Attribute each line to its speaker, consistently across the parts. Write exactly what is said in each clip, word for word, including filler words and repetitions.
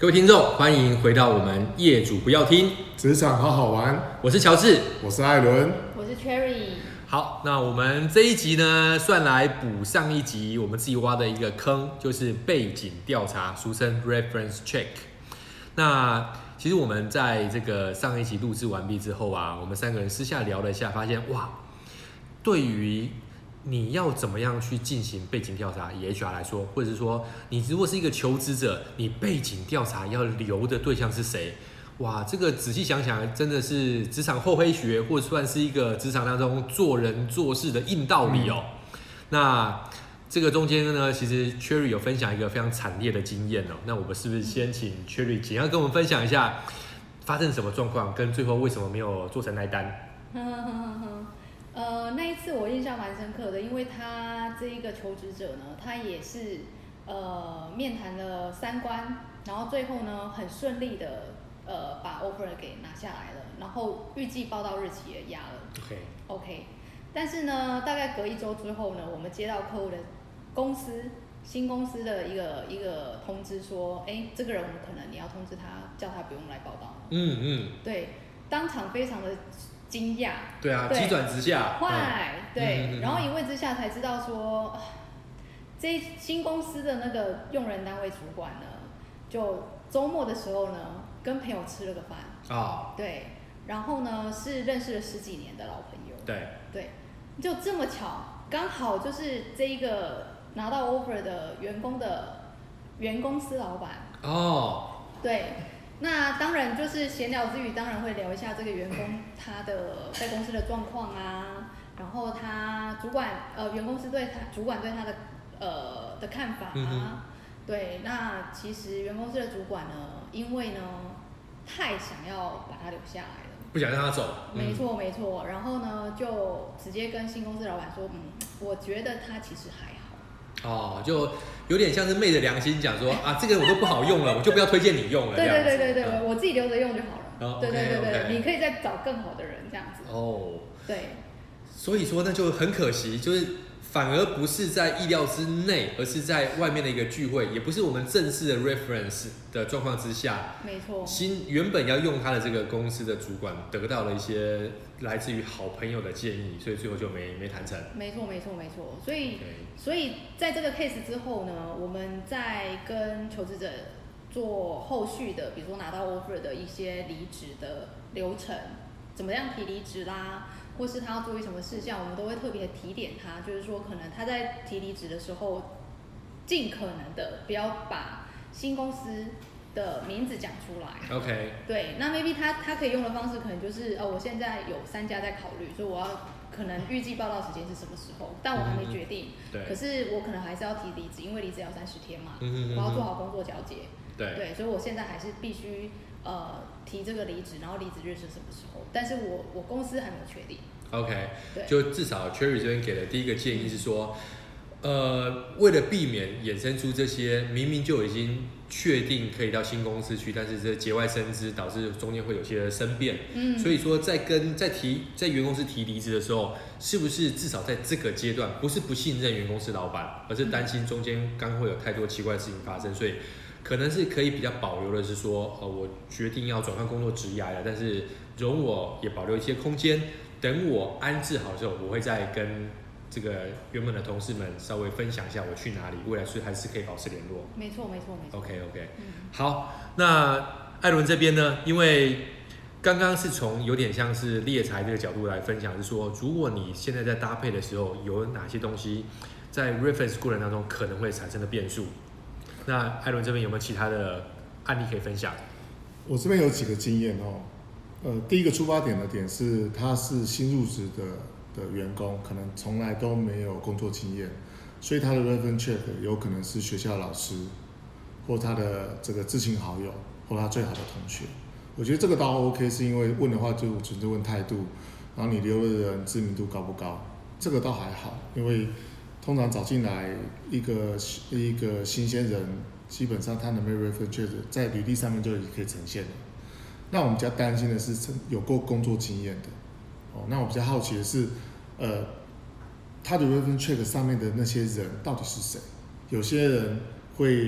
Speaker 1: 各位听众，欢迎回到我们业主不要听
Speaker 2: 职场好好玩。
Speaker 1: 我是乔治，
Speaker 2: 我是艾伦，
Speaker 3: 我是 Cherry。
Speaker 1: 好，那我们这一集呢，算来补上一集我们自己挖的一个坑，就是背景调查，俗称 reference check。那其实我们在这个上一集录制完毕之后啊，我们三个人私下聊了一下，发现哇，对于你要怎么样去进行背景调查，以 H R 来说，或者是说你如果是一个求职者，你背景调查要留的对象是谁？哇，这个仔细想想，真的是职场厚黑学，或者算是一个职场当中做人做事的硬道理哦。嗯、那这个中间呢，其实 Cherry 有分享一个非常惨烈的经验哦。那我们是不是先请 Cherry 简要跟我们分享一下发生什么状况，跟最后为什么没有做成那一单？
Speaker 3: 呃，那一次我印象蛮深刻的，因为他这一个求职者呢，他也是呃面谈了三关，然后最后呢很顺利的呃把 offer 给拿下来了，然后预计报到日期也压了。
Speaker 1: OK
Speaker 3: OK， 但是呢，大概隔一周之后呢，我们接到客户的公司新公司的一个一个通知说，哎，这个人我们可能你要通知他，叫他不用来报道。
Speaker 1: 嗯嗯，
Speaker 3: 对，当场非常的惊讶，
Speaker 1: 对啊，急转直下，
Speaker 3: 坏、嗯，对、嗯，然后一问之下才知道说，这新公司的那个用人单位主管呢，就周末的时候呢，跟朋友吃了个饭啊、哦，对，然后呢是认识了十几年的老朋友，
Speaker 1: 对，
Speaker 3: 对，就这么巧，刚好就是这一个拿到 offer 的员工的原公司老板
Speaker 1: 哦，
Speaker 3: 对。那当然就是闲聊之余，当然会聊一下这个员工他的在公司的状况啊，然后他主管呃原公司对他主管对他的呃的看法啊、嗯，对，那其实原公司的主管呢，因为呢太想要把他留下来了，
Speaker 1: 不想让他走，
Speaker 3: 没错、嗯、没错，然后呢就直接跟新公司老板说，嗯，我觉得他其实还好。
Speaker 1: 哦，就有点像是昧着良心讲说啊，这个人我都不好用了，我就不要推荐你用了。
Speaker 3: 对对对对对，嗯、我自己留着用就好了。
Speaker 1: 哦、
Speaker 3: 对对对对，
Speaker 1: okay, okay.
Speaker 3: 你可以再找更好的人这样子。
Speaker 1: 哦，
Speaker 3: 对。
Speaker 1: 所以说那就很可惜，就是反而不是在意料之内，而是在外面的一个聚会，也不是我们正式的 reference 的状况之下。
Speaker 3: 没错。
Speaker 1: 新原本要用他的这个公司的主管得到了一些来自于好朋友的建议，所以最后就没没谈成。
Speaker 3: 没错没错没错，所以、okay. 所以在这个 case 之后呢，我们在跟求职者做后续的，比如说拿到 offer 的一些离职的流程，怎么样提离职啦，或是他要注意什么事项，我们都会特别提点他，就是说可能他在提离职的时候，尽可能的不要把新公司的名字讲出来。
Speaker 1: OK。
Speaker 3: 对，那 maybe 他他可以用的方式可能就是哦，我现在有三家在考虑，所以我要可能预计报到时间是什么时候，但我还没决定。
Speaker 1: 嗯、对。
Speaker 3: 可是我可能还是要提离职，因为离职要三十天嘛，
Speaker 1: 嗯、
Speaker 3: 我要做好工作交接。
Speaker 1: 对。
Speaker 3: 对，所以我现在还是必须呃提这个离职，然后离职日是什么时候？但是我我公司还没有确定。
Speaker 1: OK。就至少 Cherry 这边给的第一个建议是说。呃，为了避免衍生出这些明明就已经确定可以到新公司去，但是这节外生枝导致中间会有些生变，嗯，所以说在跟在提在原公司提离职的时候，是不是至少在这个阶段，不是不信任原公司老板，而是担心中间刚会有太多奇怪的事情发生，所以可能是可以比较保留的是说，呃，我决定要转换工作职涯了，但是容我也保留一些空间，等我安置好之后，我会再跟这个原本的同事们稍微分享一下我去哪里，未来是还是可以保持联络。
Speaker 3: 没错，没错，没错。
Speaker 1: OK OK，、
Speaker 3: 嗯、
Speaker 1: 好，那艾伦这边呢，因为刚刚是从有点像是猎才这个角度来分享，是说如果你现在在搭配的时候有哪些东西在 reference 过程当中可能会产生的变数，那艾伦这边有没有其他的案例可以分享？
Speaker 2: 我这边有几个经验哦，呃，第一个出发点的点是他是新入职的。的员工可能从来都没有工作经验，所以他的 reference check 有可能是学校老师，或他的这个知心好友，或他最好的同学。我觉得这个倒 OK， 是因为问的话就纯粹问态度，然后你留的人知名度高不高，这个倒还好，因为通常找进来一个一个新鲜人，基本上他的 reference check 在履历上面就可以呈现了。那我们比较担心的是有过工作经验的。哦，那我比较好奇的是，呃，他的 reference check 上面的那些人到底是谁？有些人会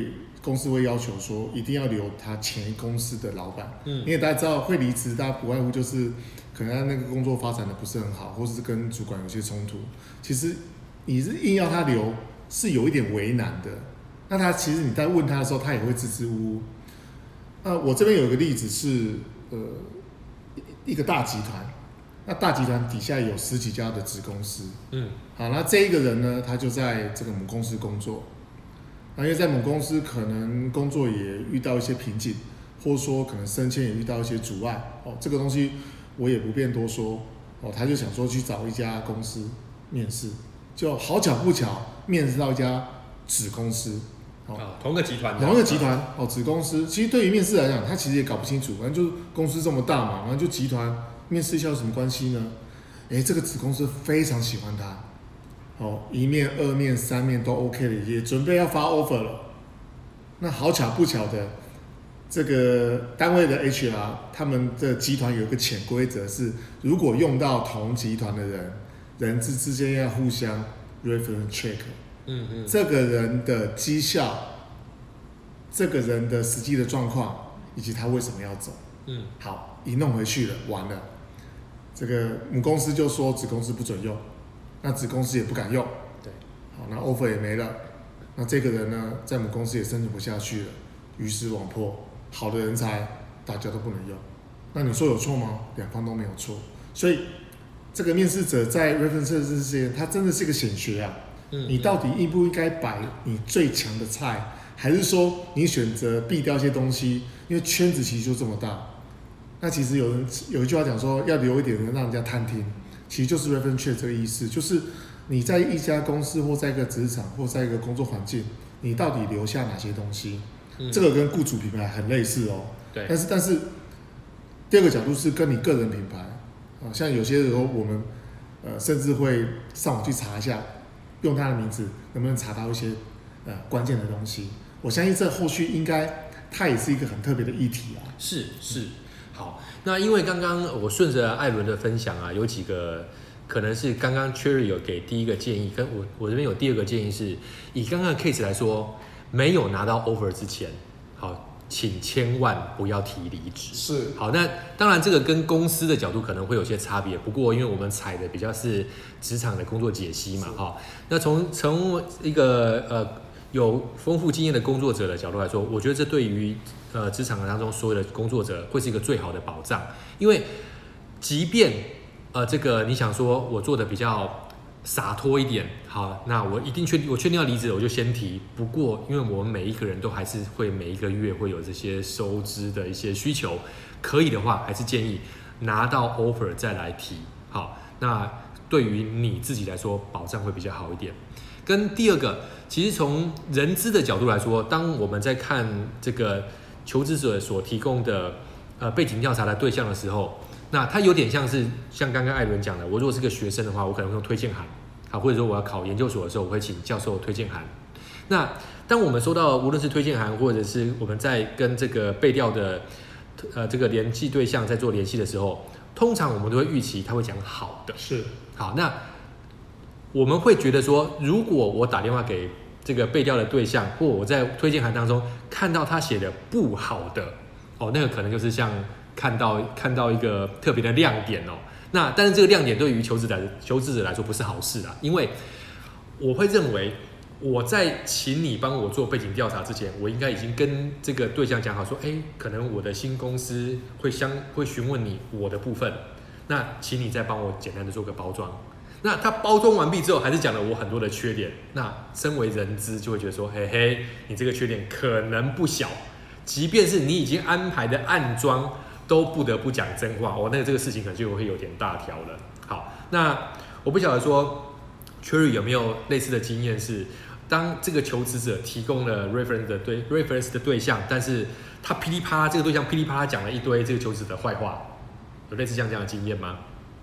Speaker 2: 公司会要求说一定要留他前公司的老板，
Speaker 1: 嗯，
Speaker 2: 因为大家知道会离职，大家不外乎就是可能他那个工作发展的不是很好，或是跟主管有些冲突。其实你是硬要他留，是有一点为难的。那他其实你在问他的时候，他也会支支吾吾。那我这边有一个例子是，呃，一个大集团，那大集团底下有十几家的子公司，
Speaker 1: 嗯，
Speaker 2: 好，那这一个人呢，他就在这个母公司工作。那因为在母公司可能工作也遇到一些瓶颈，或者说可能升迁也遇到一些阻碍，哦，这个东西我也不便多说，哦，他就想说去找一家公司面试，就好巧不巧面试到一家子公司，
Speaker 1: 哦，同个集团，
Speaker 2: 同一个集团，哦，子公司，其实对于面试来讲，他其实也搞不清楚，反正就是公司这么大嘛，然后就集团面试一下有什么关系呢？哎，这个子公司非常喜欢他。哦，一面、二面、三面都 OK 了，也准备要发 offer 了。那好巧不巧的，这个单位的 H R 他们的集团有一个潜规则是，如果用到同集团的人，人资之间要互相 reference check。
Speaker 1: 嗯嗯。
Speaker 2: 这个人的绩效，这个人的实际的状况，以及他为什么要走。
Speaker 1: 嗯。
Speaker 2: 好，一弄回去了，完了，这个母公司就说子公司不准用。那子公司也不敢用，
Speaker 1: 对，
Speaker 2: 好，那 offer 也没了，那这个人呢，在母公司也生存不下去了，鱼死网破，好的人才大家都不能用，那你说有错吗？两方都没有错，所以这个面试者在 reference 这些，他真的是个显学啊，嗯，你到底应不应该摆你最强的菜，还是说你选择避掉一些东西，因为圈子其实就这么大，那其实有人有一句话讲说，要留一点人让人家探听。其实就是 reference check 这个意思，就是你在一家公司或在一个职场或在一个工作环境，你到底留下哪些东西？嗯、这个跟雇主品牌很类似哦。
Speaker 1: 对。
Speaker 2: 但是但是第二个角度是跟你个人品牌啊，像有些时候我们呃甚至会上网去查一下，用他的名字能不能查到一些呃关键的东西。我相信这后续应该它也是一个很特别的议题啊。
Speaker 1: 是是。嗯，好，那因为刚刚我顺着艾伦的分享啊，有几个可能是刚刚 Cherry 有给第一个建议，跟我我这边有第二个建议是，以刚刚的 case 来说，没有拿到 offer 之前，好，请千万不要提离职。
Speaker 2: 是。
Speaker 1: 好，那当然这个跟公司的角度可能会有些差别，不过因为我们采的比较是职场的工作解析嘛，哈，那从从一个呃有丰富经验的工作者的角度来说，我觉得这对于呃，职场当中所有的工作者会是一个最好的保障，因为即便呃这个你想说我做的比较洒脱一点，好，那我一定确我确定要离职，我就先提。不过，因为我们每一个人都还是会每一个月会有这些收支的一些需求，可以的话，还是建议拿到 offer 再来提。好，那对于你自己来说，保障会比较好一点。跟第二个，其实从人资的角度来说，当我们在看这个求职者所提供的呃背景调查的对象的时候，那它有点像是像刚刚艾伦讲的，我如果是个学生的话，我可能会用推荐函，好，或者说我要考研究所的时候，我会请教授推荐函。那当我们收到无论是推荐函，或者是我们在跟这个背调的呃这个联系对象在做联系的时候，通常我们都会预期他会讲好的，
Speaker 2: 是
Speaker 1: 好，那我们会觉得说，如果我打电话给这个背调的对象，或我在推荐函当中看到他写的不好的，哦，那个可能就是像看到看到一个特别的亮点哦。那但是这个亮点对于求职者求职者来说不是好事啦，因为我会认为我在请你帮我做背景调查之前，我应该已经跟这个对象讲好说，哎，可能我的新公司会相会询问你我的部分，那请你再帮我简单的做个包装。那他包装完毕之后，还是讲了我很多的缺点。那身为人资就会觉得说，嘿嘿，你这个缺点可能不小，即便是你已经安排的暗装，都不得不讲真话。哦，那个这个事情可能就会有点大条了。好，那我不晓得说 Cherry 有没有类似的经验是，当这个求职者提供了 reference 的对 reference 的对象，但是他噼里啪啦这个对象噼里啪啦讲了一堆这个求职者的坏话，有类似像这样的经验吗？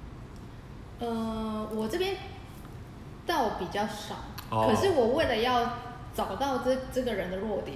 Speaker 3: 呃，我这边倒比较少，
Speaker 1: 哦，
Speaker 3: 可是我为了要找到这这个人的弱点，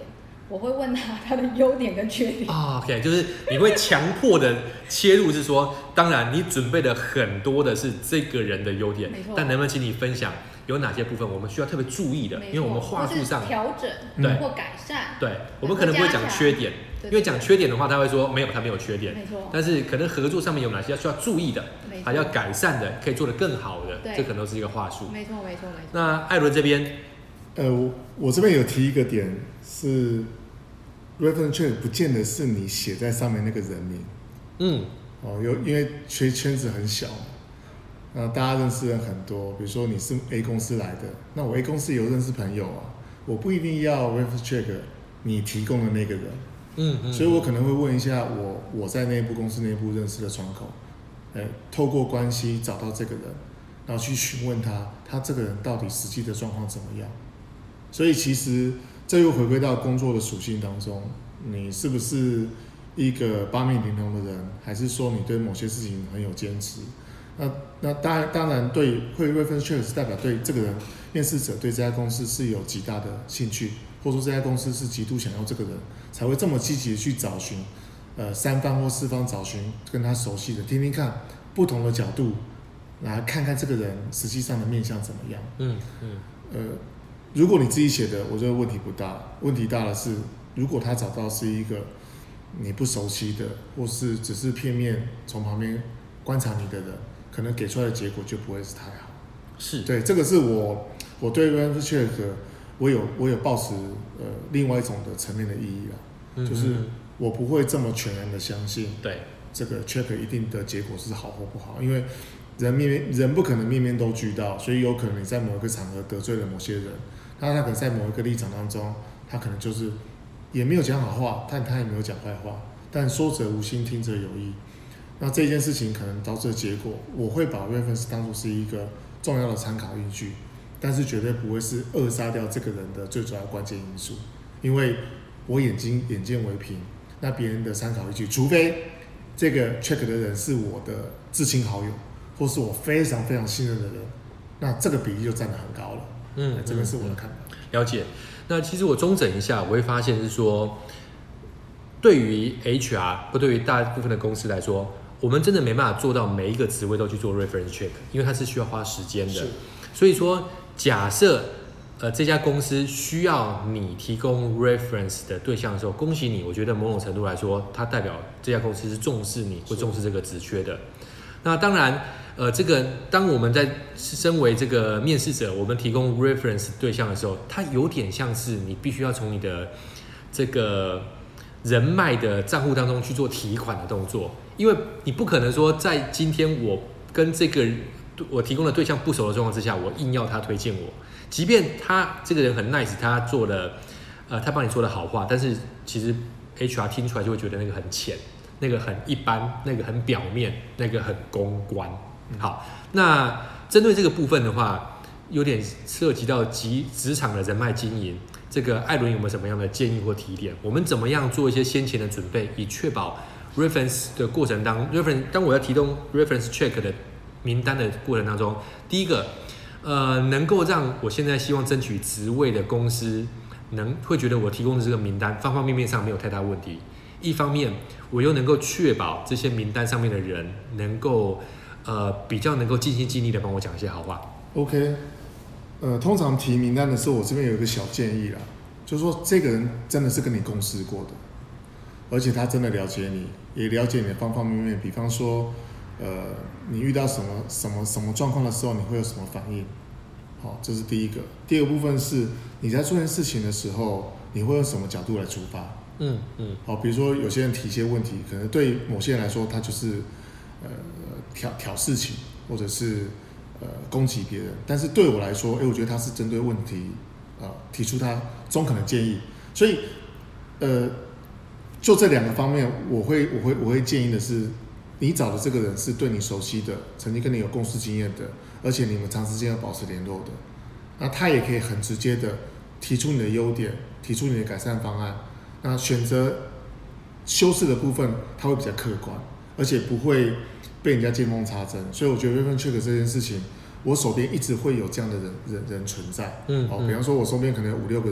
Speaker 3: 我会问他他的优点跟缺点。
Speaker 1: 哦 OK， 就是你会强迫的切入，是说，当然你准备的很多的是这个人的优点，但能不能请你分享有哪些部分我们需要特别注意的？因为我们话术上
Speaker 3: 调整
Speaker 1: 对
Speaker 3: 或改善，
Speaker 1: 对，我们可能不会讲缺点，因为讲缺点的话，他会说没有，他没有缺点，
Speaker 3: 没错。
Speaker 1: 但是可能合作上面有哪些需要注意的，还要改善的，可以做得更好的，这可能都是一个话术。
Speaker 3: 没错，没错，没错。
Speaker 1: 那艾伦这边，
Speaker 2: 呃，我我这边有提一个点是。reference check 不见得是你写在上面那个人名，
Speaker 1: 嗯，
Speaker 2: 哦，有因为圈圈子很小，那大家认识人很多，比如说你是 A 公司来的，那我 A 公司有认识朋友啊，我不一定要 reference check 你提供的那个人，
Speaker 1: 嗯嗯，
Speaker 2: 所以我可能会问一下我我在内部公司内部认识的窗口，哎，透过关系找到这个人，然后去询问他，他这个人到底实际的状况怎么样，所以其实。这又回归到工作的属性当中，你是不是一个八面玲珑的人，还是说你对某些事情很有坚持？那那当然当然对，会 reference check 是代表对这个人面试者对这家公司是有极大的兴趣，或者说这家公司是极度想要这个人，才会这么积极的去找寻，呃三方或四方找寻跟他熟悉的，听听看不同的角度，来看看这个人实际上的面相怎么样。
Speaker 1: 嗯嗯，
Speaker 2: 呃。如果你自己写的，我觉得问题不大。问题大的是，如果他找到是一个你不熟悉的，或是只是片面从旁边观察你的人，可能给出来的结果就不会是太好。
Speaker 1: 是
Speaker 2: 对，这个是我我对 reference check 我有我有抱持呃另外一种的层面的意义啦，嗯、就是我不会这么全然的相信，
Speaker 1: 对
Speaker 2: 这个 check 一定的结果是好或不好，因为人面面人不可能面面都俱到，所以有可能你在某一个场合得罪了某些人。那他可能在某一个立场当中，他可能就是也没有讲好话，但他也没有讲坏话，但说者无心，听者有意。那这件事情可能导致的结果，我会把 reference 当作是一个重要的参考依据，但是绝对不会是扼杀掉这个人的最主要关键因素，因为我眼睛眼见为凭，那别人的参考依据，除非这个 check 的人是我的至亲好友，或是我非常非常信任的人，那这个比例就占得很高了。嗯，这个是我的看法。
Speaker 1: 了解。那其实我中整一下，我会发现是说，对于 H R 或对于大部分的公司来说，我们真的没办法做到每一个职位都去做 reference check， 因为它是需要花时间的。所以说，假设呃这家公司需要你提供 reference 的对象的时候，恭喜你，我觉得某种程度来说，它代表这家公司是重视你或重视这个职缺的。那当然。呃，这个当我们在身为这个面试者，我们提供 reference 对象的时候，它有点像是你必须要从你的这个人脉的账户当中去做提款的动作，因为你不可能说在今天我跟这个我提供的对象不熟的状况之下，我硬要他推荐我，即便他这个人很 nice， 他做了呃他帮你说的好话，但是其实 H R 听出来就会觉得那个很浅，那个很一般，那个很表面，那个很公关。好，那针对这个部分的话，有点涉及到职职场的人脉经营，这个艾伦有没有什么样的建议或提点？我们怎么样做一些先前的准备，以确保 reference 的过程当 reference 当我要提供 reference check 的名单的过程当中，第一个，呃，能够让我现在希望争取职位的公司能会觉得我提供的这个名单方方面面上没有太大问题，一方面我又能够确保这些名单上面的人能够。呃，比较能够尽心尽力的帮我讲一些好话。
Speaker 2: OK， 呃，通常提名单的时候，我这边有一个小建议啦，就是说这个人真的是跟你共事过的，而且他真的了解你，也了解你的方方面面。比方说，呃，你遇到什么什么什么状况的时候，你会有什么反应？好，这是第一个。第二个部分是你在做件事情的时候，你会用什么角度来出发？嗯嗯。好，比如说有些人提一些问题，可能对某些人来说，他就是呃。挑挑事情，或者是呃攻击别人，但是对我来说，哎，我觉得他是针对问题，呃，提出他中肯的建议，所以，呃，就这两个方面，我会我会我会建议的是，你找的这个人是对你熟悉的，曾经跟你有共事经验的，而且你们长时间要保持联络的，那他也可以很直接的提出你的优点，提出你的改善方案，那选择修饰的部分，他会比较客观，而且不会。被人家见缝插针，所以我觉得 reference check 这件事情，我手边一直会有这样的人人人存在。嗯，哦，比方说我身边可能有五六个人，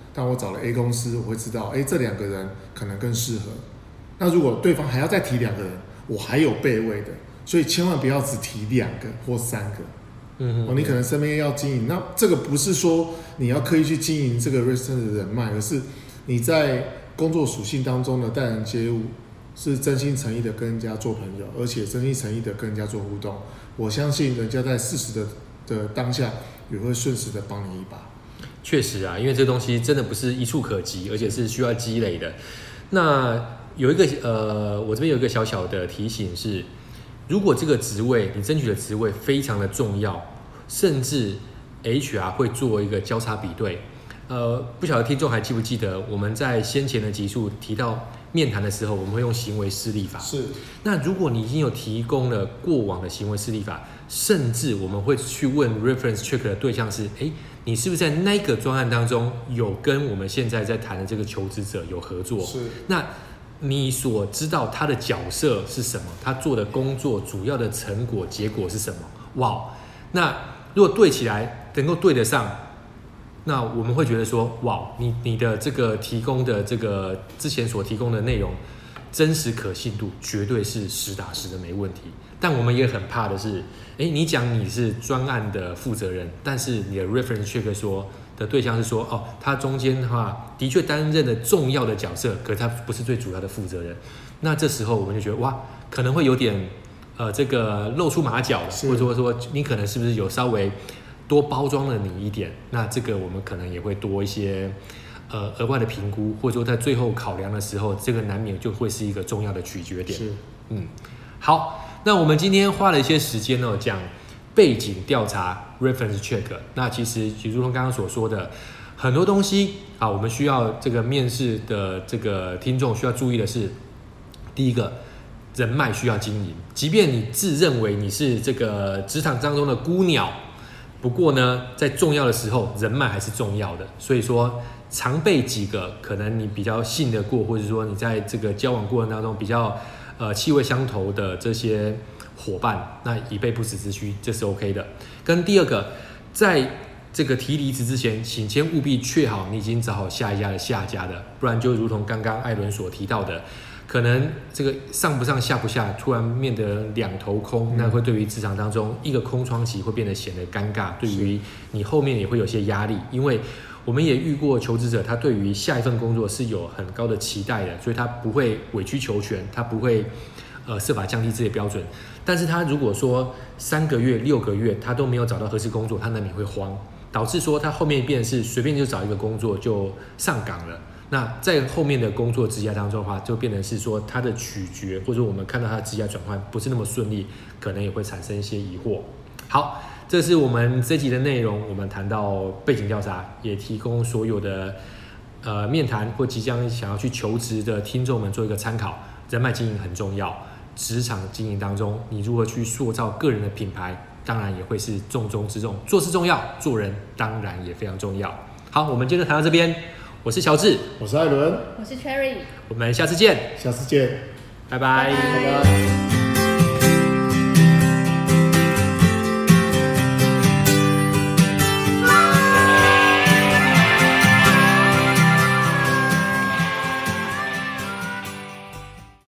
Speaker 2: 但我找了 A 公司，我会知道，哎，这两个人可能更适合。那如果对方还要再提两个人，我还有备位的，所以千万不要只提两个或三个。嗯哦，你可能身边要经营，那这个不是说你要刻意去经营这个 resident 的人脉，而是你在工作属性当中的待人接物是真心诚意的跟人家做朋友，而且真心诚意的跟人家做互动。我相信人家在适时的的当下也会顺势的帮你一把。
Speaker 1: 确实啊，因为这东西真的不是一触可及，而且是需要积累的。那有一个呃，我这边有一个小小的提醒是，如果这个职位你争取的职位非常的重要，甚至 H R 会做一个交叉比对。呃，不晓得听众还记不记得我们在先前的集数提到面谈的时候，我们会用行为示例法。
Speaker 2: 是。
Speaker 1: 那如果你已经有提供了过往的行为示例法，甚至我们会去问 reference check 的对象是，哎，你是不是在那个专案当中有跟我们现在在谈的这个求职者有合作？
Speaker 2: 是。
Speaker 1: 那你所知道他的角色是什么？他做的工作主要的成果结果是什么？哇，那如果对起来能够对得上，那我们会觉得说，哇，你你的这个提供的这个之前所提供的内容，真实可信度绝对是实打实的没问题。但我们也很怕的是，哎，你讲你是专案的负责人，但是你的 reference check 说的对象是说，哦，他中间的话的确担任了重要的角色，可是他不是最主要的负责人。那这时候我们就觉得，哇，可能会有点呃这个露出马脚了，或者说说你可能是不是有稍微多包装了你一点，那这个我们可能也会多一些呃额外的评估，或者说在最后考量的时候，这个难免就会是一个重要的取决点。
Speaker 2: 是，
Speaker 1: 嗯，好，那我们今天花了一些时间呢，讲背景调查 reference check。那其实就如同刚刚所说的，很多东西啊，我们需要这个面试的这个听众需要注意的是，第一个，人脉需要经营，即便你自认为你是这个职场当中的孤鸟。不过呢，在重要的时候，人脉还是重要的。所以说，常备几个可能你比较信得过，或者说你在这个交往过程当中比较呃气味相投的这些伙伴，那以备不时之需，这是 OK 的。跟第二个，在这个提离职之前，请先务必确好你已经找好下一家的下家的，不然就如同刚刚艾伦所提到的。可能这个上不上下不下，突然面得两头空，那会对于职场当中一个空窗期会变得显得尴尬，对于你后面也会有些压力，因为我们也遇过求职者，他对于下一份工作是有很高的期待的，所以他不会委曲求全，他不会呃设法降低自己的标准，但是他如果说三个月、六个月他都没有找到合适工作，他难免会慌，导致说他后面变成是随便就找一个工作就上岗了。那在后面的工作职涯当中的话，就变成是说他的取决，或者说我们看到他的职涯转换不是那么顺利，可能也会产生一些疑惑。好，这是我们这集的内容，我们谈到背景调查，也提供所有的呃面谈或即将想要去求职的听众们做一个参考。人脉经营很重要，职场经营当中，你如何去塑造个人的品牌，当然也会是重中之重。做事重要，做人当然也非常重要。好，我们今天谈到这边。我是乔治，
Speaker 2: 我是艾伦，
Speaker 3: 我是 Cherry，
Speaker 1: 我们下次见，
Speaker 2: 下次见，
Speaker 1: 拜拜。
Speaker 3: 拜拜。